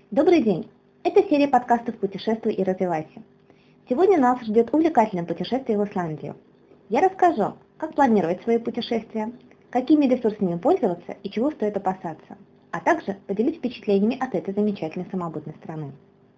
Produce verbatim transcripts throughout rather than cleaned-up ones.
Добрый день! Это серия подкастов «Путешествуй и развивайся». Сегодня нас ждет увлекательное путешествие в Исландию. Я расскажу, как планировать свои путешествия, какими ресурсами пользоваться и чего стоит опасаться, а также поделюсь впечатлениями от этой замечательной самобытной страны.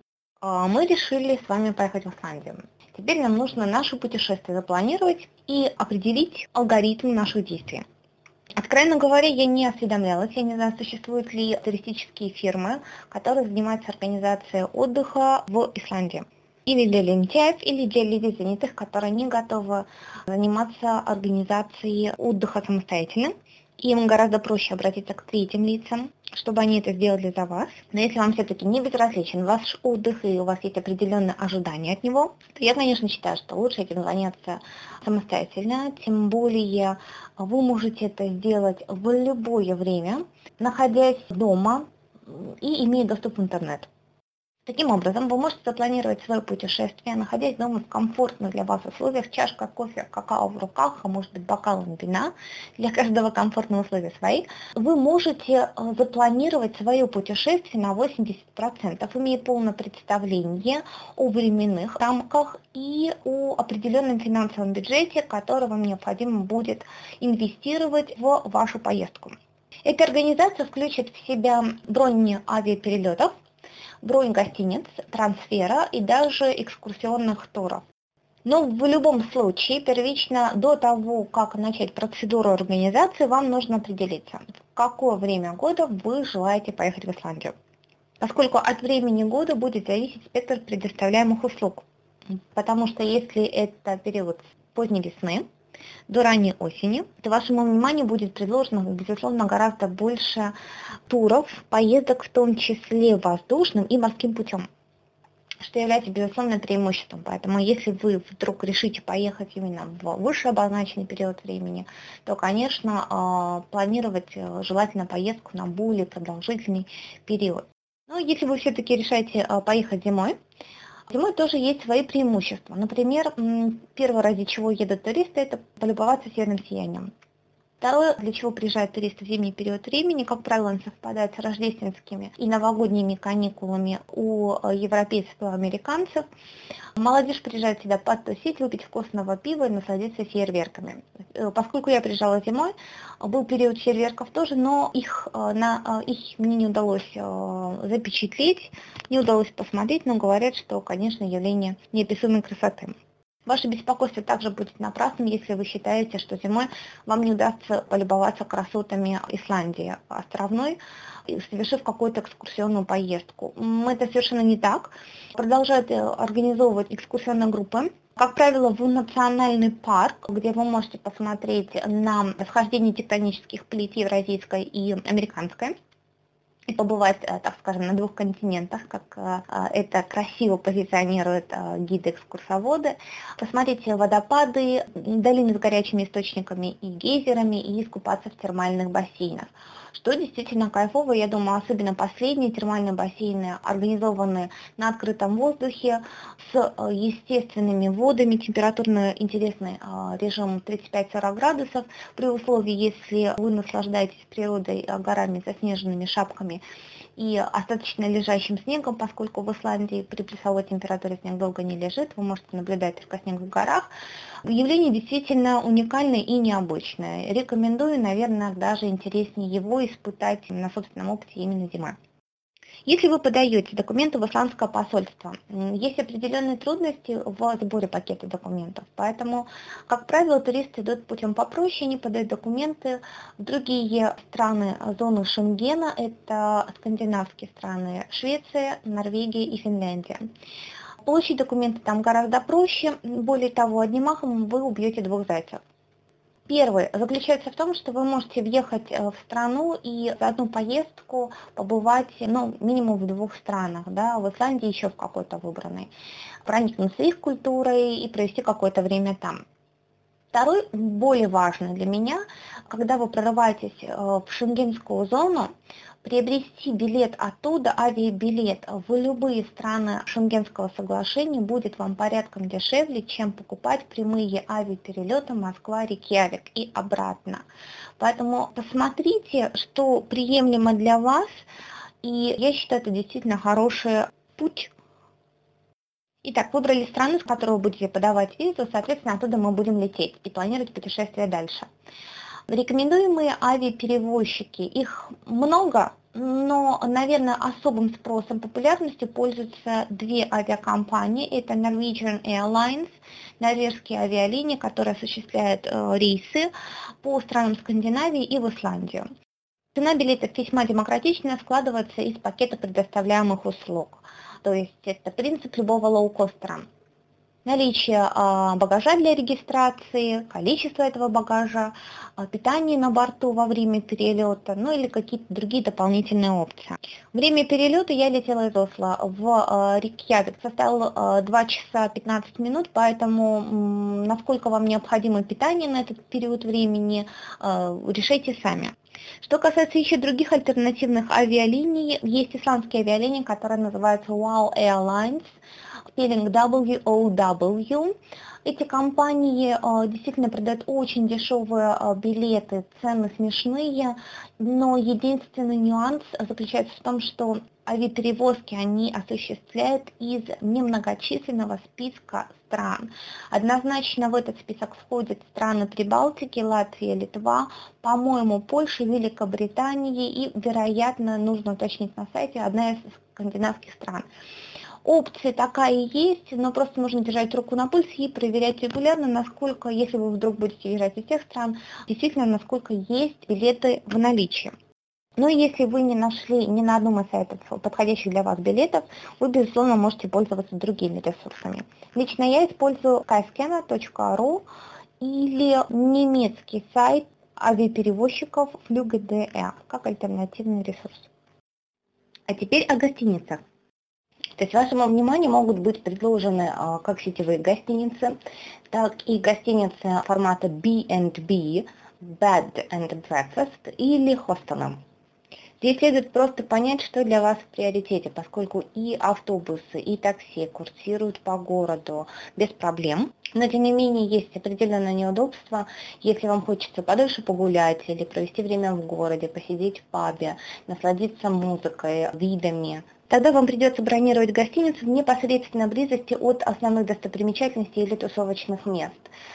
Мы решили с вами поехать в Исландию. Теперь нам нужно наше путешествие запланировать и определить алгоритм наших действий. Откровенно говоря, я не осведомлялась, я не знаю, существуют ли туристические фирмы, которые занимаются организацией отдыха в Исландии. Или для лентяев, или для людей занятых, которые не готовы заниматься организацией отдыха самостоятельно. Им гораздо проще обратиться к третьим лицам, чтобы они это сделали за вас. Но если вам все-таки не безразличен ваш отдых и у вас есть определенные ожидания от него, то я, конечно, считаю, что лучше этим заняться самостоятельно. Тем более вы можете это сделать в любое время, находясь дома и имея доступ в интернет. Таким образом, вы можете запланировать свое путешествие, находясь дома в комфортных для вас условиях, чашка кофе, какао в руках, а может быть бокалом вина, для каждого комфортные условия свои. Вы можете запланировать свое путешествие на восемьдесят процентов, имея полное представление о временных рамках и о определенном финансовом бюджете, который вам необходимо будет инвестировать в вашу поездку. Эта организация включит в себя бронь авиаперелетов, бронь гостиниц, трансфера и даже экскурсионных туров. Но в любом случае, первично до того, как начать процедуру организации, вам нужно определиться, в какое время года вы желаете поехать в Исландию. Поскольку от времени года будет зависеть спектр предоставляемых услуг. Потому что если это период поздней весны до ранней осени, то вашему вниманию будет предложено, безусловно, гораздо больше туров, поездок, в том числе воздушным и морским путем, что является безусловным преимуществом. Поэтому если вы вдруг решите поехать именно в выше обозначенный период времени, то, конечно, планировать желательно поездку на более продолжительный период. Но если вы все-таки решаете поехать зимой, зимой тоже есть свои преимущества. Например, первое, ради чего едут туристы, это полюбоваться северным сиянием. Второе, для чего приезжают туристы в зимний период времени, как правило, он совпадает с рождественскими и новогодними каникулами у европейцев и американцев. Молодежь приезжает сюда потусить, выпить вкусного пива и насладиться фейерверками. Поскольку я приезжала зимой, был период фейерверков тоже, но их, на, их мне не удалось запечатлеть, не удалось посмотреть, но говорят, что, конечно, явление неописуемой красоты. Ваше беспокойство также будет напрасным, если вы считаете, что зимой вам не удастся полюбоваться красотами Исландии островной, совершив какую-то экскурсионную поездку. Это совершенно не так. Продолжают организовывать экскурсионные группы. Как правило, в национальный парк, где вы можете посмотреть на схождение тектонических плит евразийской и американской, и побывать, так скажем, на двух континентах, как это красиво позиционируют гиды-экскурсоводы, посмотреть водопады, долины с горячими источниками и гейзерами и искупаться в термальных бассейнах. Что действительно кайфово, я думаю, особенно последние термальные бассейны организованы на открытом воздухе с естественными водами, температурно интересный режим тридцать пять сорок градусов, при условии, если вы наслаждаетесь природой, горами, заснеженными шапками и остаточно лежащим снегом, поскольку в Исландии при плюсовой температуре снег долго не лежит, вы можете наблюдать только снег в горах. Явление действительно уникальное и необычное. Рекомендую, наверное, даже интереснее его испытать на собственном опыте именно зимой. Если вы подаете документы в исландское посольство, есть определенные трудности в сборе пакета документов, поэтому, как правило, туристы идут путем попроще, они подают документы в другие страны зоны Шенгена, это скандинавские страны, Швеция, Норвегия и Финляндия. Получить документы там гораздо проще, более того, одним махом вы убьете двух зайцев. Первый заключается в том, что вы можете въехать в страну и за одну поездку побывать ну, минимум в двух странах, да, в Исландии еще в какой-то выбранной, проникнуться их культурой и провести какое-то время там. Второй, более важный для меня, когда вы прорываетесь в шенгенскую зону, приобрести билет оттуда, авиабилет в любые страны Шенгенского соглашения будет вам порядком дешевле, чем покупать прямые авиаперелеты Москва-Рейкьявик и обратно. Поэтому посмотрите, что приемлемо для вас, и я считаю, это действительно хороший путь. Итак, выбрали страну, с которой вы будете подавать визу, соответственно, оттуда мы будем лететь и планировать путешествие дальше. Рекомендуемые авиаперевозчики, их много, но, наверное, особым спросом, популярностью пользуются две авиакомпании. Это Norwegian Airlines, норвежские авиалинии, которые осуществляют э, рейсы по странам Скандинавии и в Исландию. Цена билетов весьма демократичная, складывается из пакета предоставляемых услуг. То есть это принцип любого лоукостера. Наличие а, багажа для регистрации, количество этого багажа, а, питание на борту во время перелета, ну или какие-то другие дополнительные опции. Время перелета я летела из Осло в а, Рейкьявик, составил а, два часа пятнадцать минут, поэтому м, насколько вам необходимо питание на этот период времени, а, решайте сами. Что касается еще других альтернативных авиалиний, есть исландские авиалинии, которые называются Wow Airlines, спеллинг дабл ю о дабл ю. Эти компании э, действительно продают очень дешевые э, билеты, цены смешные, но единственный нюанс заключается в том, что авиаперевозки они осуществляют из немногочисленного списка стран. Однозначно в этот список входят страны Прибалтики, Латвия, Литва, по-моему, Польша, Великобритания и, вероятно, нужно уточнить на сайте, одна из скандинавских стран. Опция такая есть, но просто нужно держать руку на пульсе и проверять регулярно, насколько, если вы вдруг будете езжать из тех стран, действительно, насколько есть билеты в наличии. Но если вы не нашли ни на одном из сайтов подходящих для вас билетов, вы, безусловно, можете пользоваться другими ресурсами. Лично я использую skyscanner точка ру или немецкий сайт авиаперевозчиков Flüge.de как альтернативный ресурс. А теперь о гостиницах. То есть вашему вниманию могут быть предложены как сетевые гостиницы, так и гостиницы формата би энд би, Bed and Breakfast или хостелы. Здесь следует просто понять, что для вас в приоритете, поскольку и автобусы, и такси курсируют по городу без проблем. Но тем не менее есть определенное неудобство, если вам хочется подольше погулять или провести время в городе, посидеть в пабе, насладиться музыкой, видами. Тогда вам придется бронировать гостиницу в непосредственной близости от основных достопримечательностей или тусовочных мест,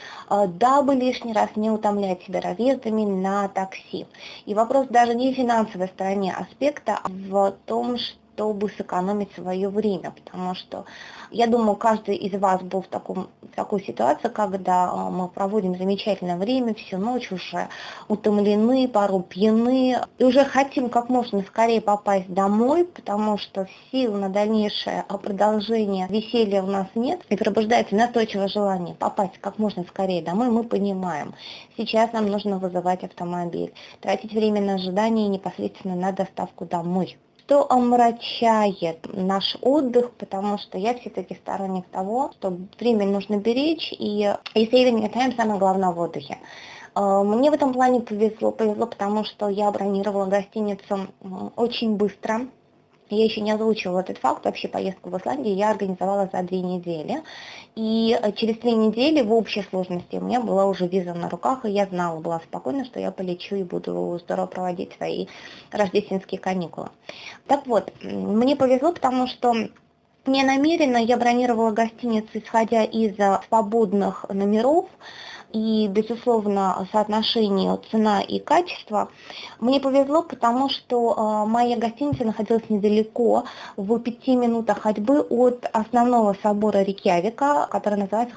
дабы лишний раз не утомлять себя разъездами на такси. И вопрос даже не в финансовой стороне аспекта, а в том, чтобы сэкономить свое время, потому что я думаю, каждый из вас был в, таком, в такой ситуации, когда мы проводим замечательное время, всю ночь уже утомлены, порой пьяны, и уже хотим как можно скорее попасть домой, потому что сил на дальнейшее продолжение веселья у нас нет, и пробуждается настойчивое желание попасть как можно скорее домой, мы понимаем. Сейчас нам нужно вызывать автомобиль, тратить время на ожидание и непосредственно на доставку домой. Что омрачает наш отдых, потому что я все-таки сторонник того, что время нужно беречь, и saving time самое главное в отдыхе. Мне в этом плане повезло, повезло, потому что я бронировала гостиницу очень быстро. Я еще не озвучивала этот факт, вообще поездку в Исландию я организовала за две недели. И через три недели в общей сложности у меня была уже виза на руках, и я знала, была спокойна, что я полечу и буду здорово проводить свои рождественские каникулы. Так вот, мне повезло, потому что не намеренно я бронировала гостиницу, исходя из свободных номеров, и, безусловно, соотношению цена и качество. Мне повезло, потому что моя гостиница находилась недалеко, в пяти минутах ходьбы от основного собора Рейкьявика, который называется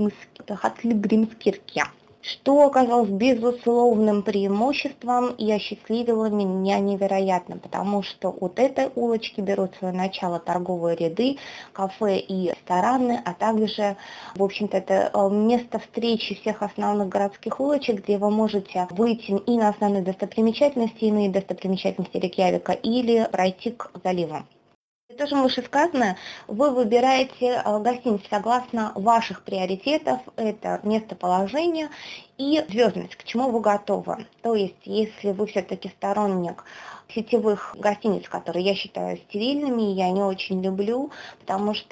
Хallгrímskirkja, что оказалось безусловным преимуществом и осчастливило меня невероятно, потому что от этой улочки берут свое начало торговые ряды, кафе и рестораны, а также, в общем-то, это место встречи всех основных городских улочек, где вы можете выйти и на основные достопримечательности, иные достопримечательности Рейкьявика, или пройти к заливу. То, что вышесказанное, вы выбираете гостиницу согласно ваших приоритетов, это местоположение и звездность, к чему вы готовы. То есть, если вы все-таки сторонник сетевых гостиниц, которые я считаю стерильными, я не очень люблю, потому что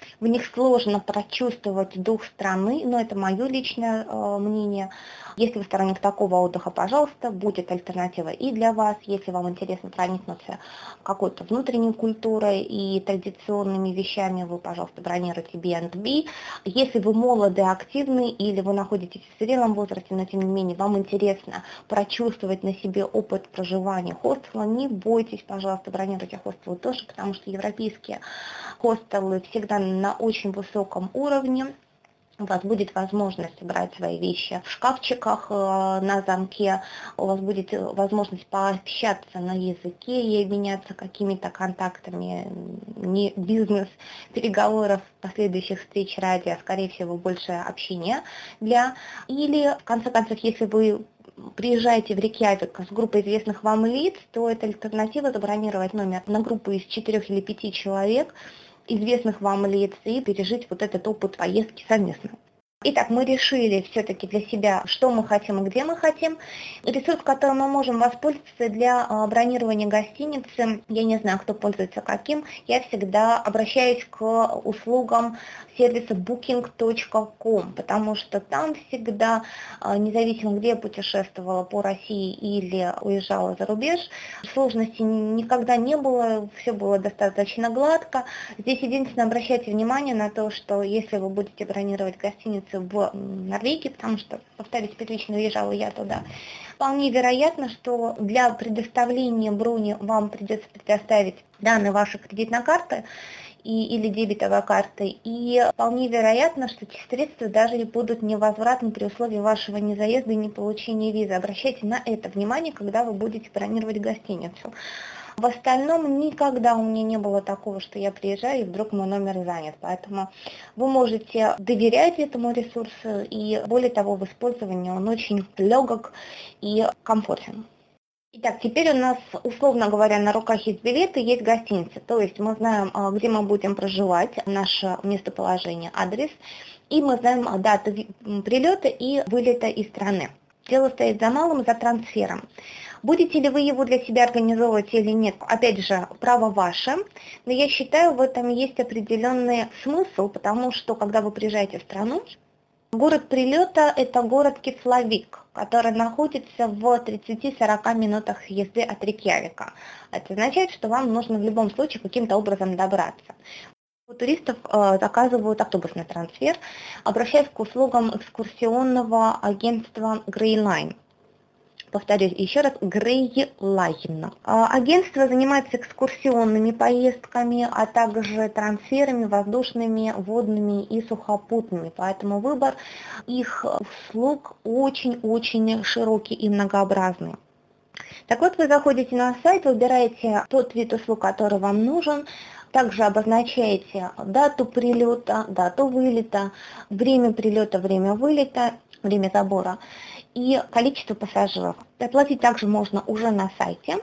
В них сложно прочувствовать дух страны, но это мое личное э, мнение. Если вы сторонник такого отдыха, пожалуйста, будет альтернатива и для вас. Если вам интересно проникнуться какой-то внутренней культурой и традиционными вещами, вы, пожалуйста, бронируйте би энд би. Если вы молоды, активны или вы находитесь в зрелом возрасте, но тем не менее вам интересно прочувствовать на себе опыт проживания хостела, не бойтесь, пожалуйста, бронируйте хостелы тоже, потому что европейские хостелы всегда на очень высоком уровне. У вас будет возможность брать свои вещи в шкафчиках э, на замке, у вас будет возможность пообщаться на языке и обменяться какими-то контактами, не бизнес-переговоров, последующих встреч ради, а скорее всего больше общения для. Или, в конце концов, если вы приезжаете в Рейкьявик с группой известных вам лиц, то это альтернатива забронировать номер на группу из четырех или пяти человек, известных вам лиц, и пережить вот этот опыт поездки совместно. Итак, мы решили все-таки для себя, что мы хотим и где мы хотим. Ресурс, которым мы можем воспользоваться для бронирования гостиницы, я не знаю, кто пользуется каким, я всегда обращаюсь к услугам сервиса букинг точка ком, потому что там всегда, независимо где я путешествовала по России или уезжала за рубеж, сложностей никогда не было, все было достаточно гладко. Здесь единственное, обращайте внимание на то, что если вы будете бронировать гостиницу в Норвегии, потому что, повторюсь, первично уезжала я туда, вполне вероятно, что для предоставления брони вам придется предоставить данные вашей кредитной карты и, или дебетовой карты, и вполне вероятно, что эти средства даже будут невозвратны при условии вашего незаезда и неполучения визы. Обращайте на это внимание, когда вы будете бронировать гостиницу. В остальном никогда у меня не было такого, что я приезжаю и вдруг мой номер занят. Поэтому вы можете доверять этому ресурсу, и более того, в использовании он очень легок и комфортен. Итак, теперь у нас, условно говоря, на руках есть билеты, есть гостиница. То есть мы знаем, где мы будем проживать, наше местоположение, адрес, и мы знаем дату прилета и вылета из страны. Дело стоит за малым, за трансфером. Будете ли вы его для себя организовывать или нет, опять же, право ваше, но я считаю, в этом есть определенный смысл, потому что, когда вы приезжаете в страну, город прилета – это город Кефлавик, который находится в тридцати-сорока минутах езды от Рейкьявика. Это означает, что вам нужно в любом случае каким-то образом добраться. У туристов э, заказывают автобусный трансфер, обращаясь к услугам экскурсионного агентства Greyline. Повторюсь еще раз, Greyline. Агентство занимается экскурсионными поездками, а также трансферами воздушными, водными и сухопутными. Поэтому выбор их услуг очень-очень широкий и многообразный. Так вот, вы заходите на сайт, выбираете тот вид услуг, который вам нужен, также обозначаете дату прилета, дату вылета, время прилета, время вылета, время забора и количество пассажиров. Оплатить также можно уже на сайте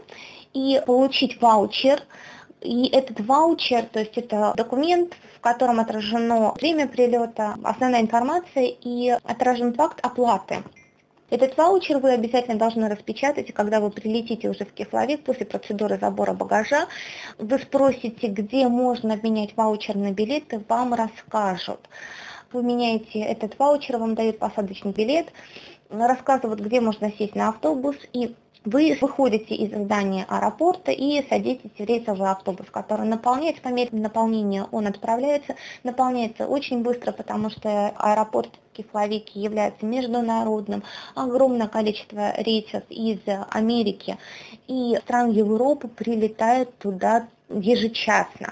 и получить ваучер. И этот ваучер, то есть это документ, в котором отражено время прилета, основная информация и отражен факт оплаты. Этот ваучер вы обязательно должны распечатать, и когда вы прилетите уже в Кефлавик после процедуры забора багажа, вы спросите, где можно обменять ваучер на билеты, вам расскажут. Вы меняете этот ваучер, вам дают посадочный билет, рассказывают, где можно сесть на автобус, и вы выходите из здания аэропорта и садитесь в рейсовый автобус, который наполняется, по мере наполнения он отправляется, наполняется очень быстро, потому что аэропорт Кефлавики является международным, огромное количество рейсов из Америки и стран Европы прилетают туда ежечасно.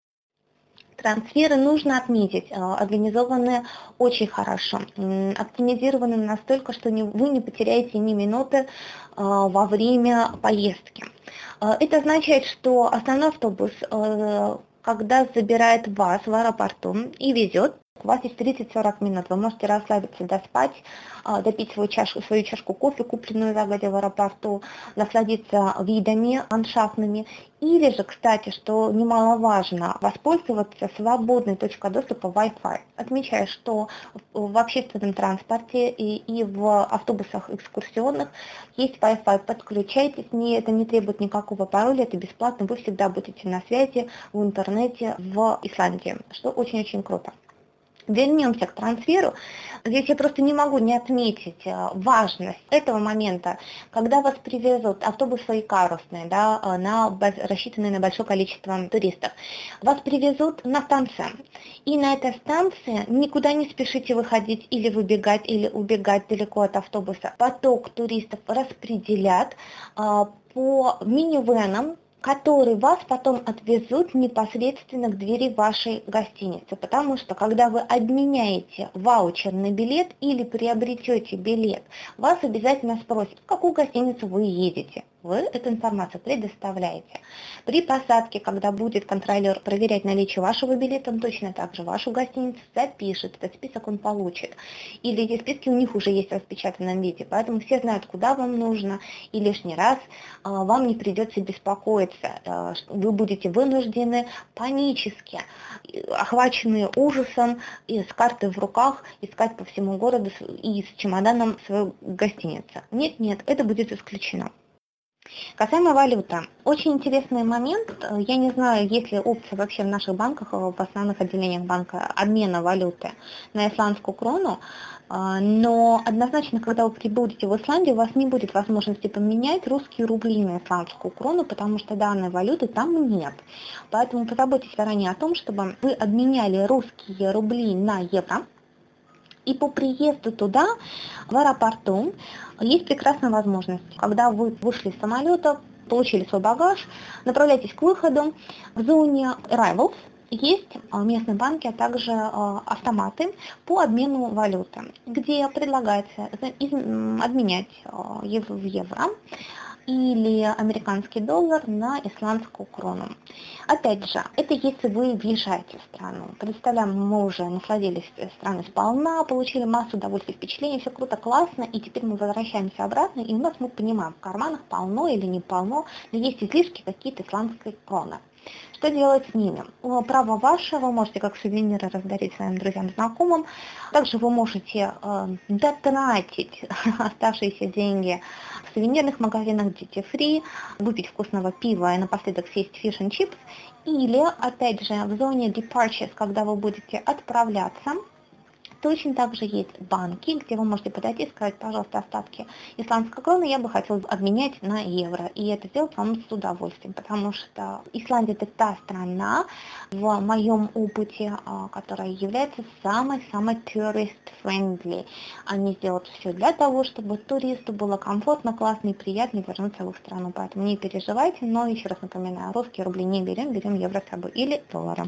Трансферы, нужно отметить, организованы очень хорошо, оптимизированы настолько, что вы не потеряете ни минуты во время поездки. Это означает, что основной автобус, когда забирает вас в аэропорту и везет, У вас есть тридцать-сорок минут, вы можете расслабиться, доспать, допить свою чашку, свою чашку кофе, купленную загодя в аэропорту, насладиться видами ландшафтными. Или же, кстати, что немаловажно, воспользоваться свободной точкой доступа Wi-Fi. Отмечаю, что в общественном транспорте и, и в автобусах экскурсионных есть Wi-Fi. Подключайтесь, не, это не требует никакого пароля, это бесплатно, вы всегда будете на связи в интернете в Исландии, что очень-очень круто. Вернемся к трансферу. Здесь я просто не могу не отметить важность этого момента, когда вас привезут автобусы и карусные, да, на, рассчитанные на большое количество туристов. Вас привезут на станцию. И на этой станции никуда не спешите выходить или выбегать, или убегать далеко от автобуса. Поток туристов распределят а, по минивэнам, которые вас потом отвезут непосредственно к двери вашей гостиницы. Потому что, когда вы обменяете ваучер на билет или приобретете билет, вас обязательно спросят, в какую гостиницу вы едете. Вы эту информацию предоставляете. При посадке, когда будет контролер проверять наличие вашего билета, он точно так же вашу гостиницу запишет, этот список он получит. Или эти списки у них уже есть в распечатанном виде, поэтому все знают, куда вам нужно, и лишний раз а, вам не придется беспокоиться. А, вы будете вынуждены панически, охваченные ужасом, и с картой в руках искать по всему городу и с чемоданом свою гостиницу. Нет, нет, это будет исключено. Касаемо валюты, очень интересный момент. Я не знаю, есть ли опция вообще в наших банках, в основных отделениях банка обмена валюты на исландскую крону, но однозначно, когда вы прибудете в Исландию, у вас не будет возможности поменять русские рубли на исландскую крону, потому что данной валюты там нет. Поэтому позаботьтесь заранее о том, чтобы вы обменяли русские рубли на евро. И по приезду туда, в аэропорту, есть прекрасная возможность, когда вы вышли из самолета, получили свой багаж, направляйтесь к выходу, в зоне Arrivals есть местные банки, а также автоматы по обмену валюты, где предлагается обменять в евро или американский доллар на исландскую крону. Опять же, это если вы въезжаете в страну. Представляем, мы уже насладились страной сполна, получили массу удовольствия, впечатлений, все круто, классно, и теперь мы возвращаемся обратно, и у нас, мы понимаем, в карманах полно или не полно, но есть излишки какие-то исландской кроны. Что делать с ними? Право ваше, вы можете как сувениры раздарить своим друзьям, знакомым. Также вы можете э, дотратить оставшиеся деньги в сувенирных магазинах Duty Free, выпить вкусного пива и напоследок съесть fish and chips. Или, опять же, в зоне Departures, когда вы будете отправляться, точно так же есть банки, где вы можете подойти и сказать, пожалуйста, остатки исландской кроны я бы хотела обменять на евро. И это сделать вам с удовольствием, потому что Исландия это та страна в моем опыте, которая является самой-самой tourist-friendly. Они сделают все для того, чтобы туристу было комфортно, классно и приятно вернуться в их страну. Поэтому не переживайте, но еще раз напоминаю, русские рубли не берем, берем евро с собой или доллары.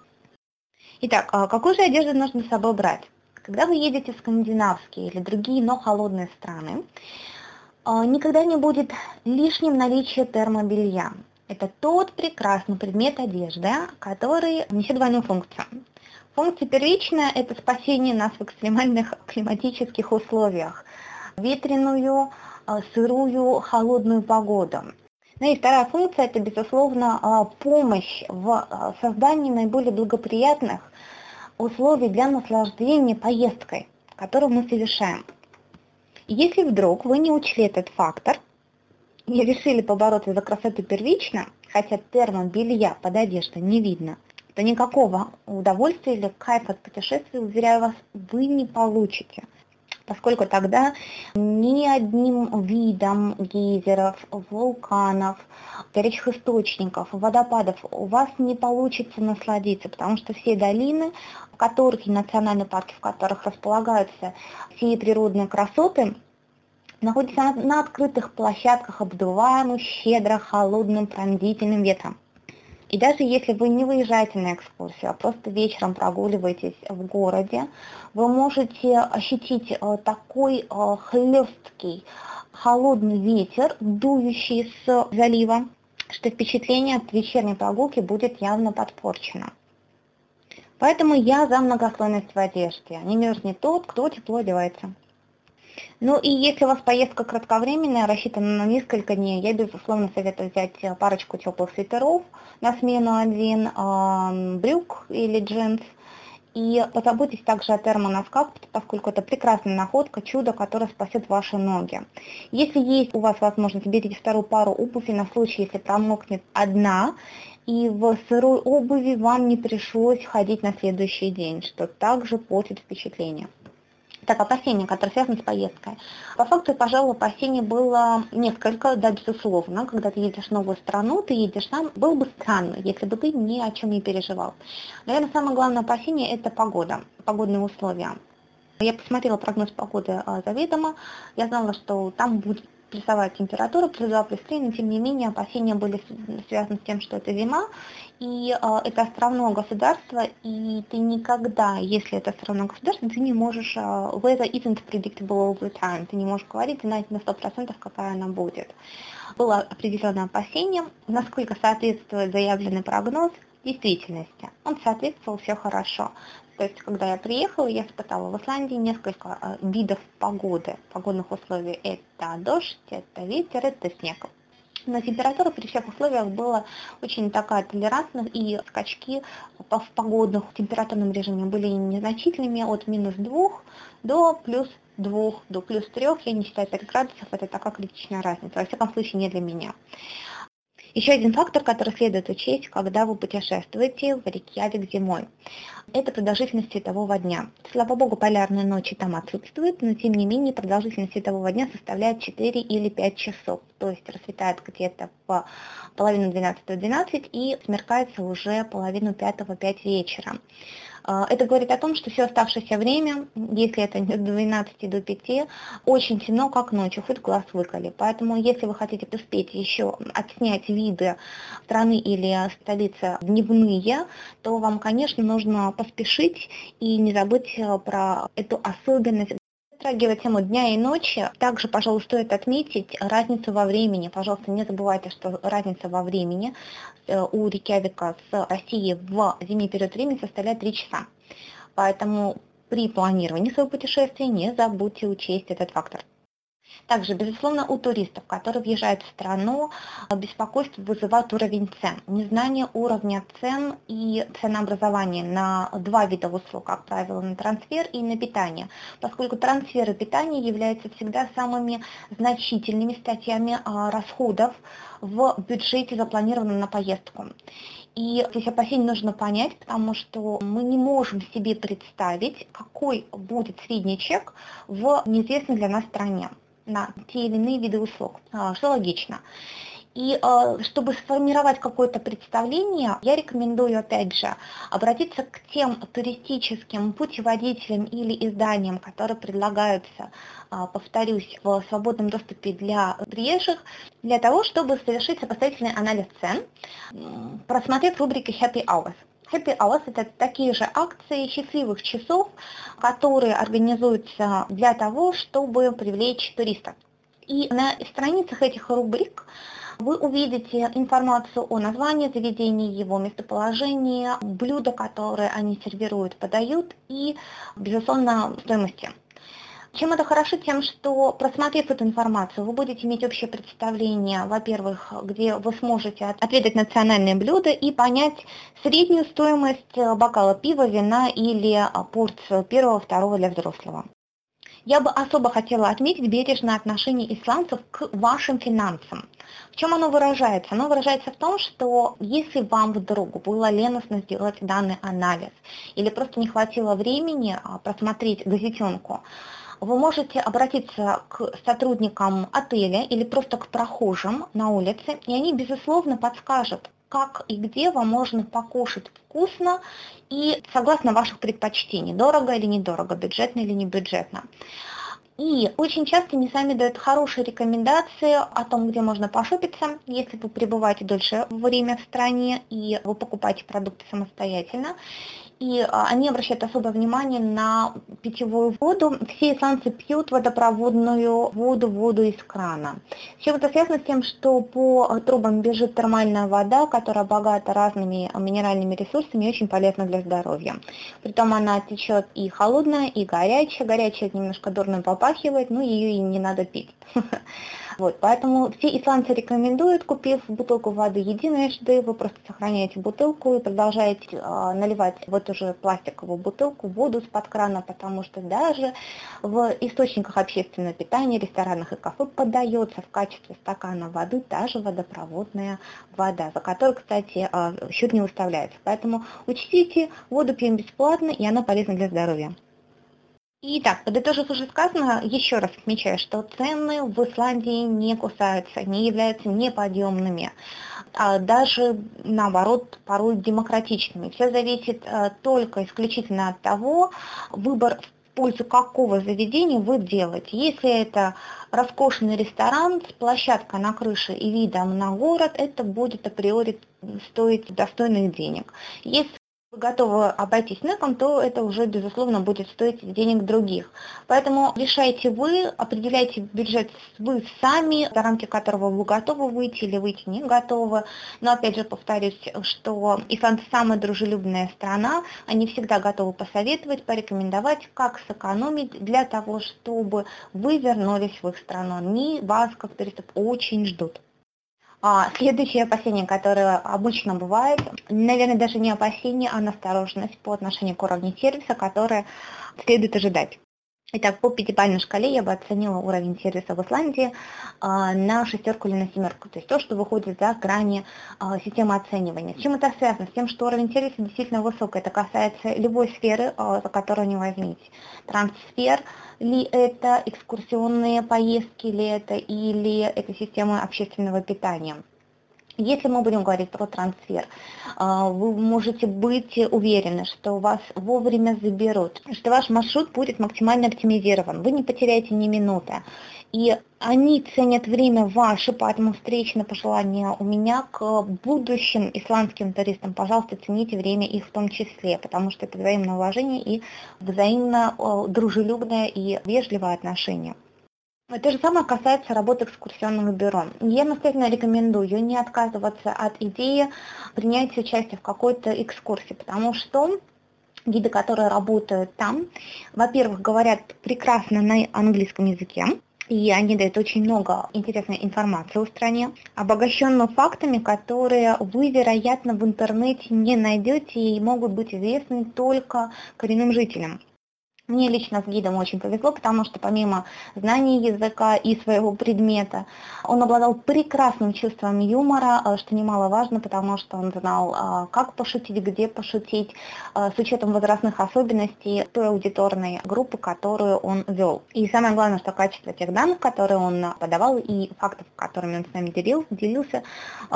Итак, какую же одежду нужно с собой брать? Когда вы едете в скандинавские или другие, но холодные страны, никогда не будет лишним наличие термобелья. Это тот прекрасный предмет одежды, который несет двойную функцию. Функция первичная – это спасение нас в экстремальных климатических условиях. Ветреную, сырую, холодную погоду. Ну и вторая функция – это, безусловно, помощь в создании наиболее благоприятных условий для наслаждения поездкой, которую мы совершаем. Если вдруг вы не учли этот фактор и решили побороться за красоту первично, хотя термобелья под одеждой не видно, то никакого удовольствия или кайфа от путешествия, уверяю вас, вы не получите. Поскольку тогда ни одним видом гейзеров, вулканов, горячих источников, водопадов у вас не получится насладиться, потому что все долины, в которых и национальные парки, в которых располагаются все природные красоты, находятся на, на открытых площадках, обдуваемых щедро холодным пронзительным ветром. И даже если вы не выезжаете на экскурсию, а просто вечером прогуливаетесь в городе, вы можете ощутить такой хлесткий, холодный ветер, дующий с залива, что впечатление от вечерней прогулки будет явно подпорчено. Поэтому я за многослойность в одежде. Не мерзнет тот, кто тепло одевается. Ну и если у вас поездка кратковременная, рассчитана на несколько дней, я, безусловно, советую взять парочку теплых свитеров на смену один, э, брюк или джинс. И позаботьтесь также о термоносках, поскольку это прекрасная находка, чудо, которое спасет ваши ноги. Если есть у вас возможность, берите вторую пару обуви на случай, если промокнет одна, и в сырой обуви вам не пришлось ходить на следующий день, что также портит впечатление. Так, опасения, которые связаны с поездкой. По факту, пожалуй, опасений было несколько, да, безусловно. Когда ты едешь в новую страну, ты едешь сам, было бы странно, если бы ты ни о чем не переживал. Наверное, самое главное опасение – это погода, погодные условия. Я посмотрела прогноз погоды заведомо, я знала, что там будет плюсовая температура, плюс два, плюс три, но тем не менее опасения были связаны с тем, что это зима, и э, это островное государство, и ты никогда, если это островное государство, ты не можешь, э, weather isn't predictable all the time, ты не можешь говорить, знать на сто процентов, какая она будет. Было определенное опасение, насколько соответствует заявленный прогноз действительности. Он соответствовал, все хорошо. То есть, когда я приехала, я испытала в Исландии несколько э, видов погоды, погодных условий. Это дождь, это ветер, это снег. Но температура при всех условиях была очень такая толерантная, и скачки в погодных температурном режиме были незначительными, от минус двух до плюс двух, до плюс трех, я не считаю пять градусов, это такая критичная разница, во всяком случае не для меня. Еще один фактор, который следует учесть, когда вы путешествуете в Рейкьявик зимой, это продолжительность светового дня. Слава богу, полярные ночи там отсутствуют, но тем не менее продолжительность светового дня составляет четыре или пять часов. То есть рассветает где-то в половину двенадцатого двенадцать и смеркается уже половину пятого пять вечера. Это говорит о том, что все оставшееся время, если это с двенадцати до пяти, очень темно, как ночью, хоть глаз выколи. Поэтому, если вы хотите успеть еще отснять виды страны или столицы дневные, то вам, конечно, нужно поспешить и не забыть про эту особенность. Затрагивая тему дня и ночи, также, пожалуй, стоит отметить разницу во времени. Пожалуйста, не забывайте, что разница во времени у Рейкьявика с Россией в зимний период времени составляет три часа. Поэтому при планировании своего путешествия не забудьте учесть этот фактор. Также, безусловно, у туристов, которые въезжают в страну, беспокойство вызывает уровень цен. Незнание уровня цен и ценообразования на два вида услуг, как правило, на трансфер и на питание, поскольку трансфер и питание являются всегда самыми значительными статьями расходов в бюджете, запланированном на поездку. И здесь опасения нужно понять, потому что мы не можем себе представить, какой будет средний чек в неизвестной для нас стране на те или иные виды услуг, что логично. И чтобы сформировать какое-то представление, я рекомендую, опять же, обратиться к тем туристическим путеводителям или изданиям, которые предлагаются, повторюсь, в свободном доступе для приезжих, для того, чтобы совершить сопоставительный анализ цен, просмотрев рубрики Happy Hours. Happy Hours – это такие же акции счастливых часов, которые организуются для того, чтобы привлечь туристов. И на страницах этих рубрик вы увидите информацию о названии заведения, его местоположении, блюда, которые они сервируют, подают, и, безусловно, стоимости. Чем это хорошо? Тем, что, просмотрев эту информацию, вы будете иметь общее представление, во-первых, где вы сможете отведать национальные блюда и понять среднюю стоимость бокала пива, вина или порцию первого, второго для взрослого. Я бы особо хотела отметить бережное отношение исландцев к вашим финансам. В чем оно выражается? Оно выражается в том, что если вам вдруг было леностно сделать данный анализ или просто не хватило времени просмотреть газетенку, вы можете обратиться к сотрудникам отеля или просто к прохожим на улице, и они, безусловно, подскажут, как и где вам можно покушать вкусно и согласно ваших предпочтений, дорого или недорого, бюджетно или не бюджетно. И очень часто они сами дают хорошие рекомендации о том, где можно пошопиться, если вы пребываете дольше время в стране и вы покупаете продукты самостоятельно. и а, они обращают особое внимание на питьевую воду. Все исландцы пьют водопроводную воду, воду из крана. С чем это связано? С тем, что по трубам бежит термальная вода, которая богата разными минеральными ресурсами и очень полезна для здоровья. Притом она течет и холодная, и горячая. Горячая немножко дурно попахивает, но ее и не надо пить. Вот, поэтому все исландцы рекомендуют, купив бутылку воды единожды, вы просто сохраняете бутылку и продолжаете э, наливать в эту же пластиковую бутылку воду из-под крана, потому что даже в источниках общественного питания, ресторанах и кафе подается в качестве стакана воды та же водопроводная вода, за которую, кстати, э, счет не выставляется. Поэтому учтите, воду пьем бесплатно, и она полезна для здоровья. Итак, подытожив уже сказано, еще раз отмечаю, что цены в Исландии не кусаются, не являются неподъемными, а даже наоборот порой демократичными. Все зависит только исключительно от того, выбор в пользу какого заведения вы делаете. Если это роскошный ресторан с площадкой на крыше и видом на город, это будет априори стоить достойных денег. Если вы готовы обойтись снеком, то это уже, безусловно, будет стоить денег других. Поэтому решайте вы, определяйте бюджет вы сами, за рамки которого вы готовы выйти или выйти не готовы. Но опять же повторюсь, что исландцы самая дружелюбная страна, они всегда готовы посоветовать, порекомендовать, как сэкономить для того, чтобы вы вернулись в их страну. Они вас, как туристов, очень ждут. А следующее опасение, которое обычно бывает, наверное, даже не опасение, а настороженность по отношению к уровню сервиса, которое следует ожидать. Итак, по пятибалльной шкале я бы оценила уровень сервиса в Исландии а, на шестерку или на семерку, то есть то, что выходит за грани а, системы оценивания. С чем это связано? С тем, что уровень сервиса действительно высокий. Это касается любой сферы, а, за которую не возьмите. Трансфер ли это, экскурсионные поездки ли это, или это система общественного питания. Если мы будем говорить про трансфер, вы можете быть уверены, что вас вовремя заберут, что ваш маршрут будет максимально оптимизирован, вы не потеряете ни минуты. И они ценят время ваше, поэтому встречное пожелание у меня к будущим исландским туристам. Пожалуйста, цените время их в том числе, потому что это взаимное уважение и взаимно дружелюбное и вежливое отношение. То же самое касается работы экскурсионного бюро. Я настоятельно рекомендую не отказываться от идеи принятия участия в какой-то экскурсии, потому что гиды, которые работают там, во-первых, говорят прекрасно на английском языке, и они дают очень много интересной информации о стране, обогащенную фактами, которые вы, вероятно, в интернете не найдете и могут быть известны только коренным жителям. Мне лично с гидом очень повезло, потому что помимо знания языка и своего предмета, он обладал прекрасным чувством юмора, что немаловажно, потому что он знал, как пошутить, где пошутить, с учетом возрастных особенностей той аудиторной группы, которую он вел. И самое главное, что качество тех данных, которые он подавал, и фактов, которыми он с нами делился, делился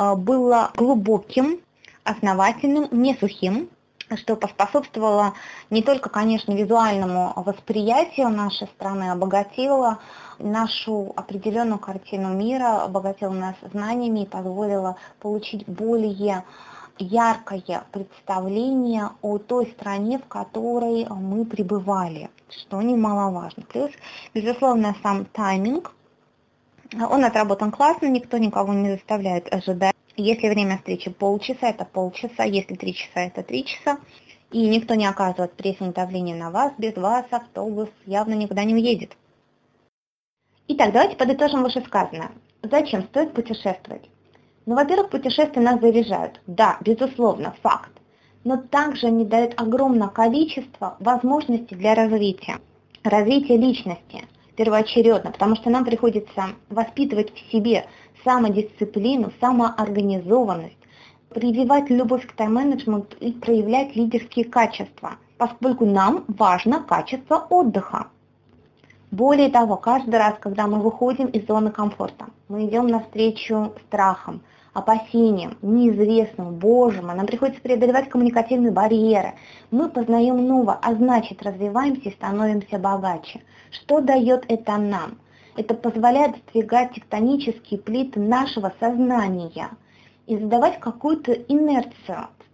было глубоким, основательным, не сухим, что поспособствовало не только, конечно, визуальному восприятию нашей страны, обогатило нашу определенную картину мира, обогатило нас знаниями и позволило получить более яркое представление о той стране, в которой мы пребывали, что немаловажно. Плюс, безусловно, сам тайминг, он отработан классно, никто никого не заставляет ожидать. Если время встречи полчаса, это полчаса, если три часа, это три часа. И никто не оказывает прессинг давления на вас, без вас автобус явно никуда не уедет. Итак, давайте подытожим вышесказанное. Зачем стоит путешествовать? Ну, во-первых, путешествия нас заряжают. Да, безусловно, факт. Но также они дают огромное количество возможностей для развития. Развития личности первоочередно, потому что нам приходится воспитывать в себе самодисциплину, самоорганизованность, прививать любовь к тайм-менеджменту и проявлять лидерские качества, поскольку нам важно качество отдыха. Более того, каждый раз, когда мы выходим из зоны комфорта, мы идем навстречу страхам, опасениям, неизвестному, Божьему, нам приходится преодолевать коммуникативные барьеры, мы познаем новое, а значит развиваемся и становимся богаче. Что дает это нам? Это позволяет сдвигать тектонические плиты нашего сознания и задавать какую-то инерцию в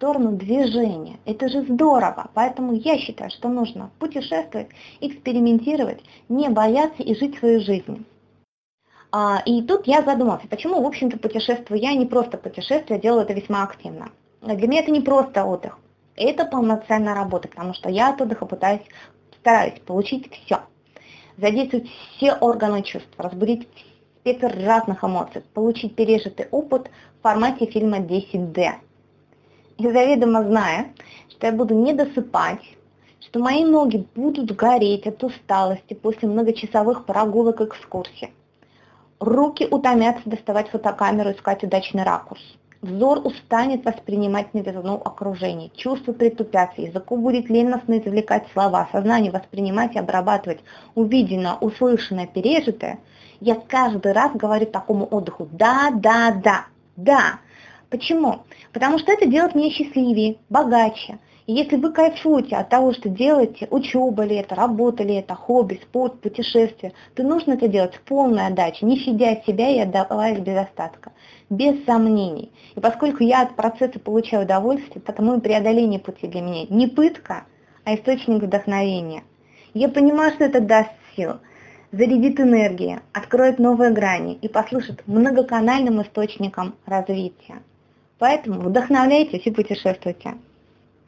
сторону движения. Это же здорово. Поэтому я считаю, что нужно путешествовать, экспериментировать, не бояться и жить свою жизнь. И тут я задумалась, почему, в общем-то, путешествую я не просто путешествие, делаю это весьма активно. Для меня это не просто отдых, это полноценная работа, потому что я от отдыха пытаюсь, стараюсь получить все. Задействовать все органы чувств, разбудить спектр разных эмоций, получить пережитый опыт в формате фильма десять дэ. И заведомо зная, что я буду не досыпать, что мои ноги будут гореть от усталости после многочасовых прогулок и экскурсий. Руки утомятся доставать фотокамеру, искать удачный ракурс. Взор устанет воспринимать новизну окружения. Чувства притупятся, языку будет ленностно извлекать слова, сознание воспринимать и обрабатывать увиденное, услышанное, пережитое. Я каждый раз говорю такому отдыху «да, да, да, да». Почему? Потому что это делает меня счастливее, богаче. И если вы кайфуете от того, что делаете, учеба ли это, работа ли это, хобби, спорт, путешествие, то нужно это делать в полной отдаче, не щадя себя и отдаваясь без остатка, без сомнений. И поскольку я от процесса получаю удовольствие, потому и преодоление пути для меня не пытка, а источник вдохновения. Я понимаю, что это даст сил, зарядит энергией, откроет новые грани и послужит многоканальным источником развития. Поэтому вдохновляйтесь и путешествуйте.